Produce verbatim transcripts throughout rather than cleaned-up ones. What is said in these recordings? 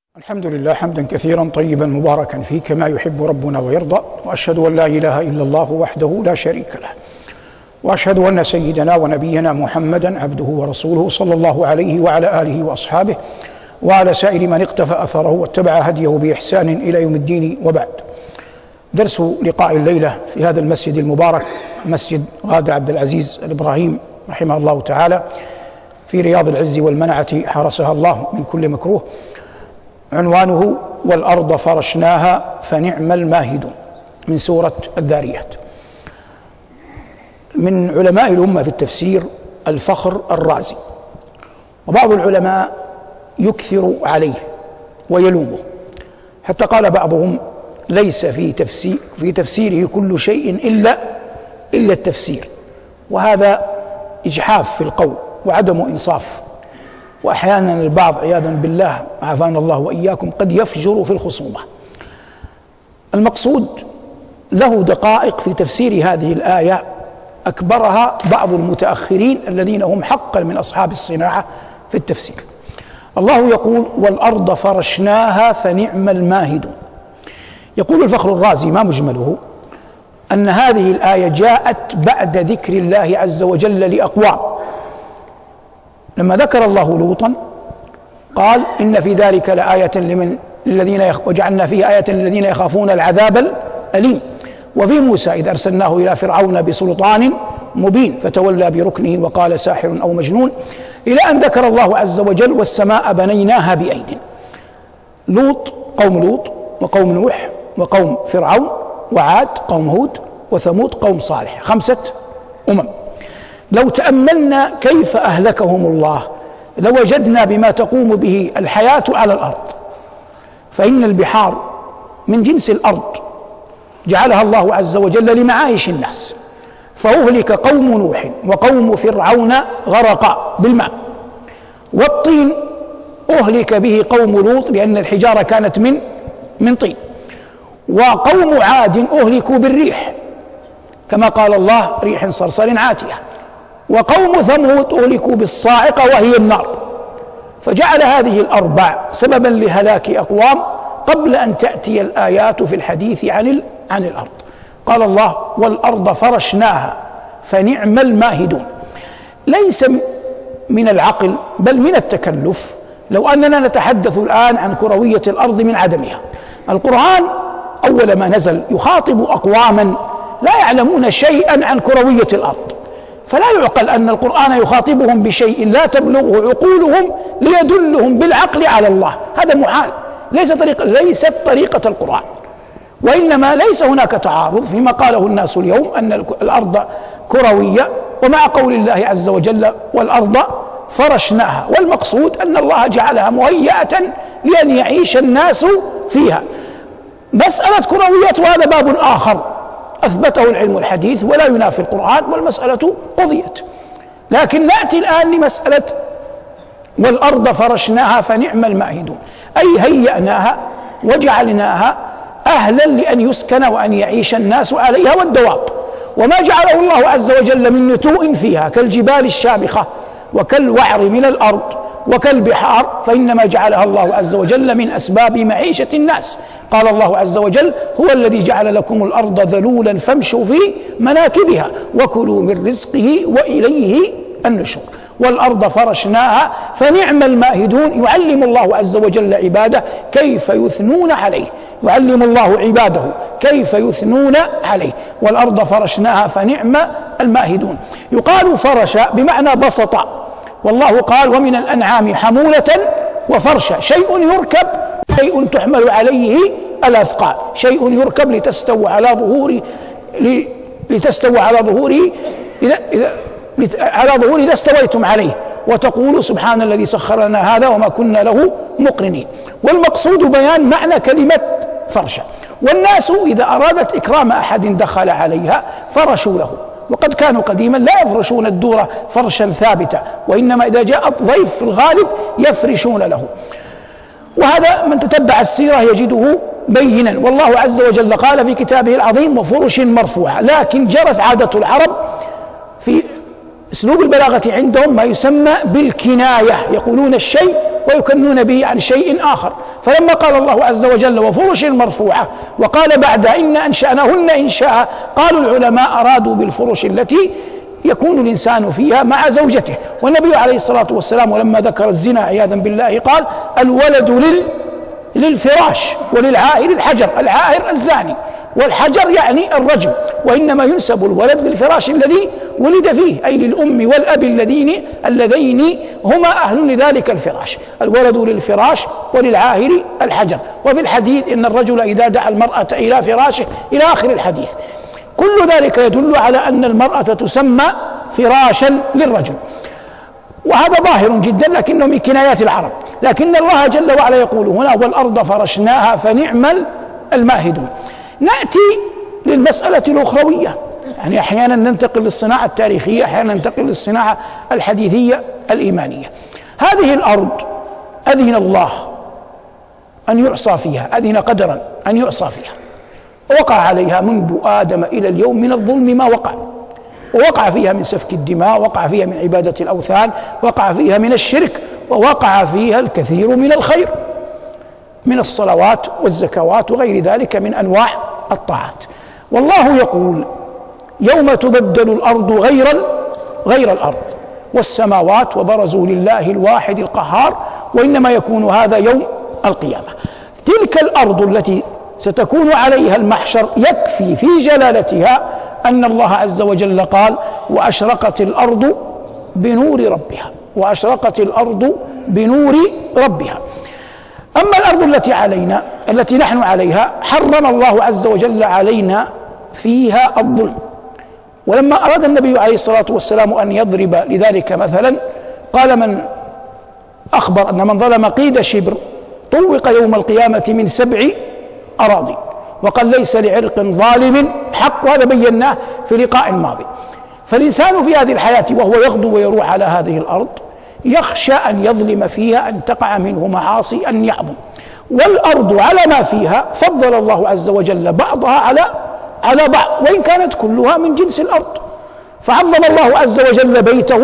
الحمد لله حمدا كثيرا طيبا مباركا فيه كما يحب ربنا ويرضى، وأشهد أن لا إله إلا الله وحده لا شريك له، وأشهد أن سيدنا ونبينا محمدا عبده ورسوله صلى الله عليه وعلى آله وأصحابه وعلى سائر من اقتفى أثره واتبع هديه بإحسان إلى يوم الدين. وبعد، درس لقاء الليلة في هذا المسجد المبارك، مسجد غادة عبد العزيز الإبراهيم رحمه الله تعالى في رياض العز والمنعة حرسها الله من كل مكروه، عنوانه والأرض فرشناها فنعم الماهدون، من سورة الذاريات. من علماء الأمة في التفسير الفخر الرازي، وبعض العلماء يكثر عليه ويلومه، حتى قال بعضهم ليس في تفسير في تفسيره كل شيء إلا إلا التفسير، وهذا إجحاف في القول وعدم إنصاف. وأحيانا البعض عياذا بالله عافانا الله وإياكم قد يفجر في الخصومة. المقصود له دقائق في تفسير هذه الآية أكبرها بعض المتأخرين الذين هم حقا من أصحاب الصناعة في التفسير. الله يقول والأرض فرشناها فنعم الماهدون. يقول الفخر الرازي ما مجمله أن هذه الآية جاءت بعد ذكر الله عز وجل لأقوام. لما ذكر الله لوطا قال إن في ذلك لآية لمن الذين يخ... وجعلنا فيه آية للذين يخافون العذاب الأليم. وفي موسى إذ أرسلناه إلى فرعون بسلطان مبين فتولى بركنه وقال ساحر أو مجنون، إلى أن ذكر الله عز وجل والسماء بنيناها بأيد. لوط قوم لوط، وقوم نوح، وقوم فرعون، وعاد قوم هود، وثمود قوم صالح، خمسة أمم. لو تأملنا كيف أهلكهم الله لوجدنا بما تقوم به الحياة على الأرض. فإن البحار من جنس الأرض جعلها الله عز وجل لمعايش الناس، فأهلك قوم نوح وقوم فرعون غرقا بالماء. والطين أهلك به قوم لوط لأن الحجارة كانت من من طين. وقوم عاد أهلكوا بالريح كما قال الله ريح صرصر عاتية. وقوم ثمود أهلكوا بالصاعقة وهي النار. فجعل هذه الأربع سببا لهلاك أقوام قبل أن تأتي الآيات في الحديث عن عن الأرض. قال الله والأرض فرشناها فنعم الماهدون. ليس من العقل بل من التكلف لو أننا نتحدث الآن عن كروية الأرض من عدمها. القرآن أول ما نزل يخاطب أقواما لا يعلمون شيئا عن كروية الأرض، فلا يعقل أن القرآن يخاطبهم بشيء لا تبلغه عقولهم ليدلهم بالعقل على الله. هذا محال، ليس طريقة ليست طريقة القرآن. وإنما ليس هناك تعارض فيما قاله الناس اليوم أن الأرض كروية ومع قول الله عز وجل والأرض فرشناها، والمقصود أن الله جعلها مهيئة لأن يعيش الناس فيها. مسألة كروية وهذا باب آخر أثبته العلم الحديث ولا ينافي القرآن، والمسألة قضيت. لكن نأتي الآن لمسألة والأرض فرشناها فنعم الماهدون، أي هيأناها وجعلناها أهلا لأن يسكن وأن يعيش الناس عليها والدواب. وما جعله الله عز وجل من نتوء فيها كالجبال الشامخة وكالوعر من الأرض وكالبحار فإنما جعلها الله عز وجل من أسباب معيشة الناس. قال الله عز وجل هو الذي جعل لكم الأرض ذلولا فامشوا في مناكبها وكلوا من رزقه وإليه النشور. والأرض فرشناها فنعم الماهدون. يعلم الله عز وجل عباده كيف يثنون عليه، يعلم الله عباده كيف يثنون عليه. والأرض فرشناها فنعم الماهدون. يقال فرش بمعنى بسط، والله قال ومن الأنعام حمولة وفرشا، شيء يركب شيء تحمل عليه الأثقال، شيء يركب لتستوى على ظهوره لتستوى على ظهوره إذا إذا على ظهوره إذا استويتم عليه وتقولوا سبحان الذي سخر لنا هذا وما كنا له مقرنين. والمقصود بيان معنى كلمة فرشة. والناس إذا أرادت إكرام أحد دخل عليها فرشوا له، وقد كانوا قديما لا يفرشون الدور فرشا ثابتا، وإنما إذا جاء ضيف في الغالب يفرشون له. وهذا من تتبع السيرة يجده بينا. والله عز وجل قال في كتابه العظيم وفرش مرفوعة. لكن جرت عادة العرب في أسلوب البلاغة عندهم ما يسمى بالكناية، يقولون الشيء ويكنون به عن شيء آخر. فلما قال الله عز وجل وفرش مرفوعة وقال بعد إن أنشأناهن إنشاء، قالوا العلماء أرادوا بالفرش التي يكون الإنسان فيها مع زوجته. والنبي عليه الصلاة والسلام ولما ذكر الزنا عياذا بالله قال الولد لل للفراش وللعاهر الحجر، العاهر الزاني والحجر يعني الرجم، وإنما ينسب الولد للفراش الذي ولد فيه، أي للأم والأب الذين اللذين هما أهل لذلك الفراش. الولد للفراش وللعاهر الحجر. وفي الحديث إن الرجل إذا دعا المرأة إلى فراشه إلى آخر الحديث. كل ذلك يدل على أن المرأة تسمى فراشا للرجل، وهذا ظاهر جدا لكنه من كنايات العرب. لكن الله جل وعلا يقول هنا والأرض فرشناها فنعم الماهدون. نأتي للمسألة الأخروية، يعني أحيانا ننتقل للصناعة التاريخية، أحيانا ننتقل للصناعة الحديثية الإيمانية. هذه الأرض أذن الله أن يعصى فيها، أذن قدرا أن يعصى فيها، ووقع عليها منذ آدم إلى اليوم من الظلم ما وقع، ووقع فيها من سفك الدماء، وقع فيها من عبادة الأوثان، وقع فيها من الشرك، ووقع فيها الكثير من الخير من الصلوات والزكوات وغير ذلك من أنواع الطاعات. والله يقول يوم تبدل الأرض غير غير الأرض والسماوات وبرزوا لله الواحد القهار، وإنما يكون هذا يوم القيامة. تلك الأرض التي ستكون عليها المحشر يكفي في جلالتها أن الله عز وجل قال وأشرقت الأرض بنور ربها، وأشرقت الأرض بنور ربها. أما الأرض التي علينا التي نحن عليها حرم الله عز وجل علينا فيها الظلم. ولما أراد النبي عليه الصلاة والسلام أن يضرب لذلك مثلا قال من أخبر أن من ظلم قيد شبر طوق يوم القيامة من سبع أراضي، وقال ليس لعرق ظالم حق، وهذا بيناه في لقاء ماضي. فالإنسان في هذه الحياة وهو يغدو ويروح على هذه الأرض يخشى أن يظلم فيها، أن تقع منه معاصي، أن يعظم. والأرض على ما فيها فضل الله عز وجل بعضها على على بعض، وإن كانت كلها من جنس الأرض. فعظم الله عز وجل بيته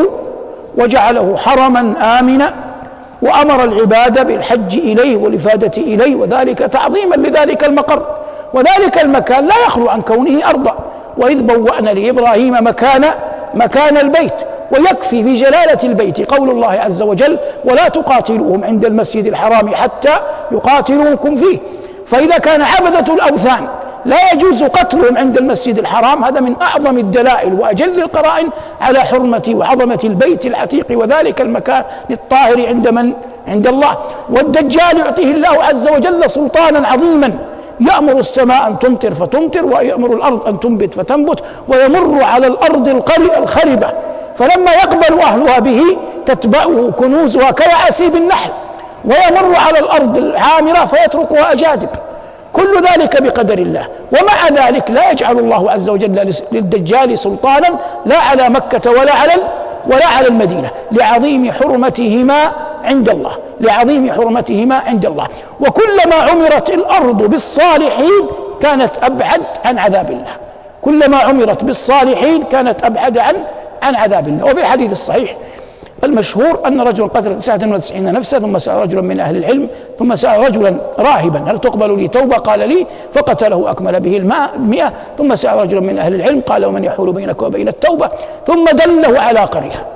وجعله حرما آمنا، وأمر العباد بالحج إليه والإفادة إليه، وذلك تعظيما لذلك المقر. وذلك المكان لا يخلو عن كونه أرضا، وإذ بوأنا لإبراهيم مكان مكان البيت. ويكفي في جلالة البيت قول الله عز وجل ولا تقاتلوهم عند المسجد الحرام حتى يقاتلوكم فيه. فإذا كان عبدة الأوثان لا يجوز قتلهم عند المسجد الحرام، هذا من أعظم الدلائل وأجل القرائن على حرمة وعظمة البيت العتيق وذلك المكان الطاهر عند من؟ عند الله. والدجال يعطيه الله عز وجل سلطانا عظيما، يأمر السماء أن تمطر فتمطر، ويأمر الأرض أن تنبت فتنبت، ويمر على الأرض الخربة فلما يقبل أهلها به تتبعه كنوزها كيعاسيب النحل، ويمر على الأرض العامرة فيتركها أجادب. كل ذلك بقدر الله. ومع ذلك لا يجعل الله عز وجل للدجال سلطانا لا على مكة ولا على ولا على المدينة، لعظيم حرمتهما عند الله، لعظيم حرمتهما عند الله. وكلما عمرت الأرض بالصالحين كانت أبعد عن عذاب الله، كلما عمرت بالصالحين كانت أبعد عن عن عذاب الله. وفي الحديث الصحيح المشهور أن رجلا قتل تسعة وتسعين نفسا ثم سأل رجلا من أهل العلم ثم سأل رجلا راهبا هل تقبل لي توبة؟ قال لي، فقتله أكمل به المئة. ثم سأل رجلا من أهل العلم قال ومن يحول بينك وبين التوبة؟ ثم دله على قرية.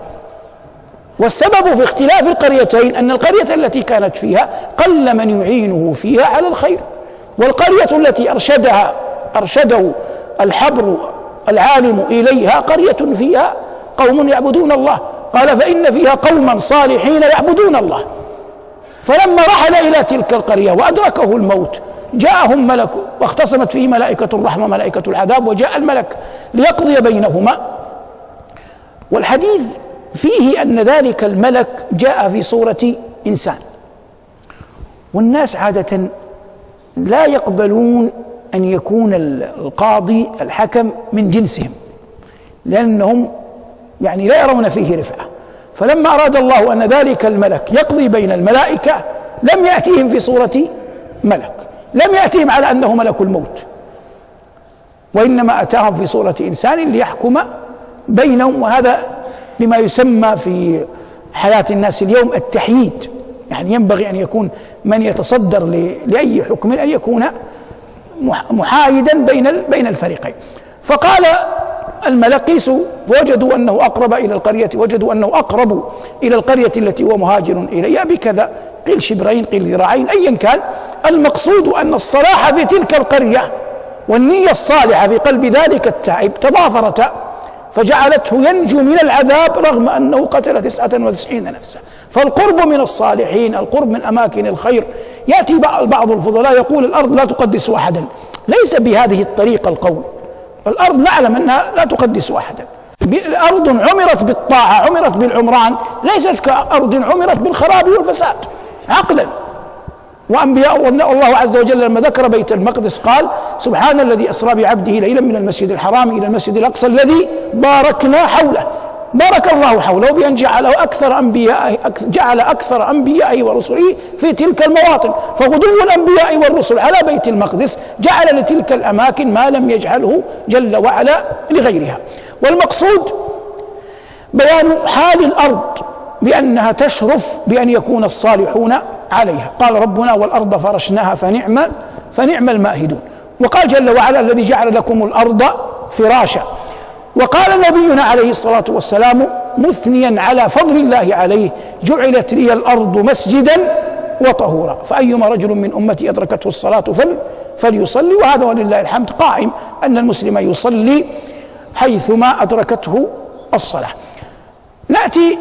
والسبب في اختلاف القريتين أن القرية التي كانت فيها قل من يعينه فيها على الخير، والقرية التي أرشدها أرشده الحبر العالم إليها قرية فيها قوم يعبدون الله، قال فإن فيها قوما صالحين يعبدون الله. فلما رحل إلى تلك القرية وأدركه الموت جاءهم ملك واختصمت فيه ملائكة الرحمة ملائكة العذاب، وجاء الملك ليقضي بينهما. والحديث فيه أن ذلك الملك جاء في صورة إنسان، والناس عادة لا يقبلون أن يكون القاضي الحكم من جنسهم لأنهم يعني لا يرون فيه رفعة. فلما أراد الله أن ذلك الملك يقضي بين الملائكة لم يأتيهم في صورة ملك، لم يأتيهم على أنه ملك الموت، وإنما أتاهم في صورة إنسان ليحكم بينهم. وهذا بما يسمى في حياة الناس اليوم التحييد، يعني ينبغي أن يكون من يتصدر لأي حكم أن يكون محايدا بين بين الفريقين. فقال الملأ قيسوا فوجدوا أنه أقرب إلى القرية، وجدوا أنه أقرب إلى القرية التي هو مهاجر إليها بكذا، قيل شبرين قيل ذراعين، أيا كان، المقصود أن الصلاح في تلك القرية والنية الصالحة في قلب ذلك التائب تضافرتا فجعلته ينجو من العذاب رغم أنه قتل تسعة وتسعين نفسا. فالقرب من الصالحين، القرب من أماكن الخير. يأتي بعض الفضلاء يقول الأرض لا تقدس أحدا، ليس بهذه الطريقة القول. الأرض نعلم أنها لا تقدس أحدا، أرض عمرت بالطاعة عمرت بالعمران، ليست كأرض عمرت بالخراب والفساد عقلا. وأنبياء الله عز وجل لما ذكر بيت المقدس قال سبحان الذي أسرى بعبده ليلا من المسجد الحرام إلى المسجد الأقصى الذي باركنا حوله. بارك الله حوله بأن جعله أكثر أنبيائه جعل أكثر أنبيائه ورسله في تلك المواطن، فغدو الأنبياء والرسل على بيت المقدس جعل لتلك الأماكن ما لم يجعله جل وعلا لغيرها. والمقصود بيان حال الأرض بأنها تشرف بأن يكون الصالحون عليها. قال ربنا والأرض فرشناها فنعم فنعم الماهدون. وقال جل وعلا الذي جعل لكم الأرض فراشا. وقال نبينا عليه الصلاة والسلام مثنيا على فضل الله عليه جعلت لي الأرض مسجدا وطهورا فأيما رجل من أمتي أدركته الصلاة فل فليصلي. وهذا ولله الحمد قائم أن المسلم يصلي حيثما أدركته الصلاة. نأتي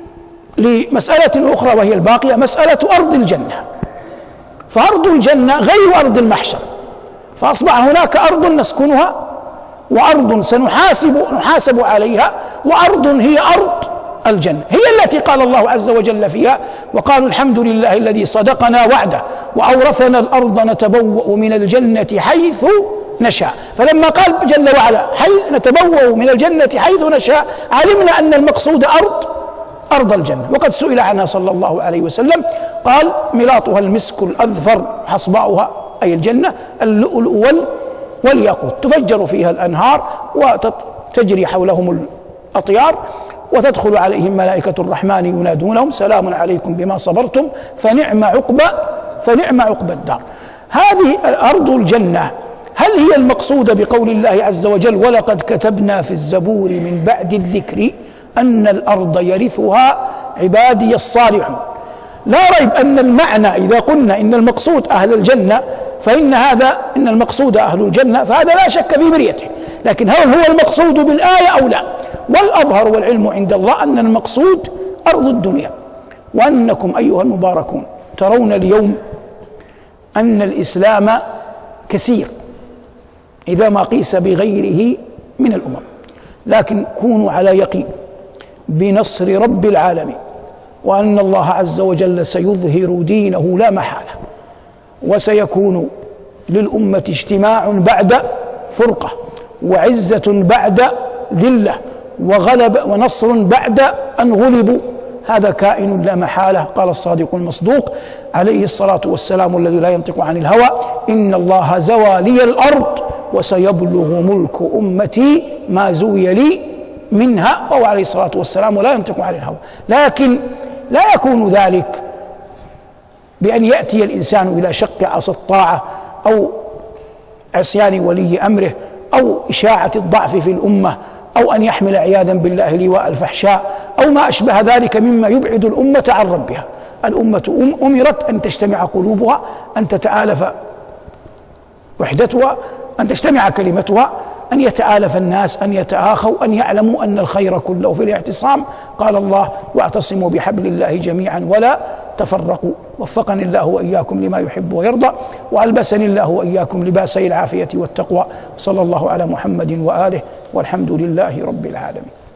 لمسألة أخرى وهي الباقية، مسألة أرض الجنة. فأرض الجنة غير أرض المحشر، فأصبح هناك أرض نسكنها وأرض سنحاسب نحاسب عليها، وأرض هي أرض الجنة، هي التي قال الله عز وجل فيها وقالوا الحمد لله الذي صدقنا وعده وأورثنا الأرض نتبوأ من الجنة حيث نشاء. فلما قال جل وعلا حيث نتبوأ من الجنة حيث نشاء علمنا أن المقصود أرض أرض الجنة. وقد سئل عنها صلى الله عليه وسلم قال ملاطها المسك الأذفر حصباؤها أي الجنة اللؤلؤ والياقوت تفجر فيها الأنهار وتجري حولهم الأطيار وتدخل عليهم ملائكة الرحمن ينادونهم سلام عليكم بما صبرتم فنعم عقبى فنعم عقبى الدار. هذه أرض الجنة هل هي المقصودة بقول الله عز وجل ولقد كتبنا في الزبور من بعد الذكر أن الأرض يرثها عبادي الصالحون؟ لا ريب أن المعنى إذا قلنا إن المقصود أهل الجنة فإن هذا إن المقصود أهل الجنة فهذا لا شك في بريته، لكن هل هو المقصود بالآية أو لا؟ والأظهر والعلم عند الله أن المقصود أرض الدنيا. وأنكم أيها المباركون ترون اليوم أن الإسلام كثير إذا ما قيس بغيره من الأمم، لكن كونوا على يقين بنصر رب العالمين وأن الله عز وجل سيظهر دينه لا محالة، وسيكون للأمة اجتماع بعد فرقة وعزة بعد ذلة وغلب ونصر بعد أن غلبوا، هذا كائن لا محالة. قال الصادق المصدوق عليه الصلاة والسلام الذي لا ينطق عن الهوى إن الله زوى لي الأرض وسيبلغ ملك أمتي ما زوي لي منها، وهو عليه الصلاة والسلام ولا ينطق عن الهوى. لكن لا يكون ذلك بأن يأتي الإنسان إلى شق عصا الطاعة أو عصيان ولي أمره أو إشاعة الضعف في الأمة أو أن يحمل عياذا بالله لواء الفحشاء أو ما أشبه ذلك مما يبعد الأمة عن ربها. الأمة أمرت أن تجتمع قلوبها، أن تتآلف وحدتها، أن تجتمع كلمتها، أن يتآلف الناس، أن يتآخوا، أن يعلموا أن الخير كله في الاعتصام. قال الله واعتصموا بحبل الله جميعا ولا تفرقوا. وفقني الله وإياكم لما يحب ويرضى، وألبسني الله وإياكم لباسي العافية والتقوى. صلى الله على محمد وآله والحمد لله رب العالمين.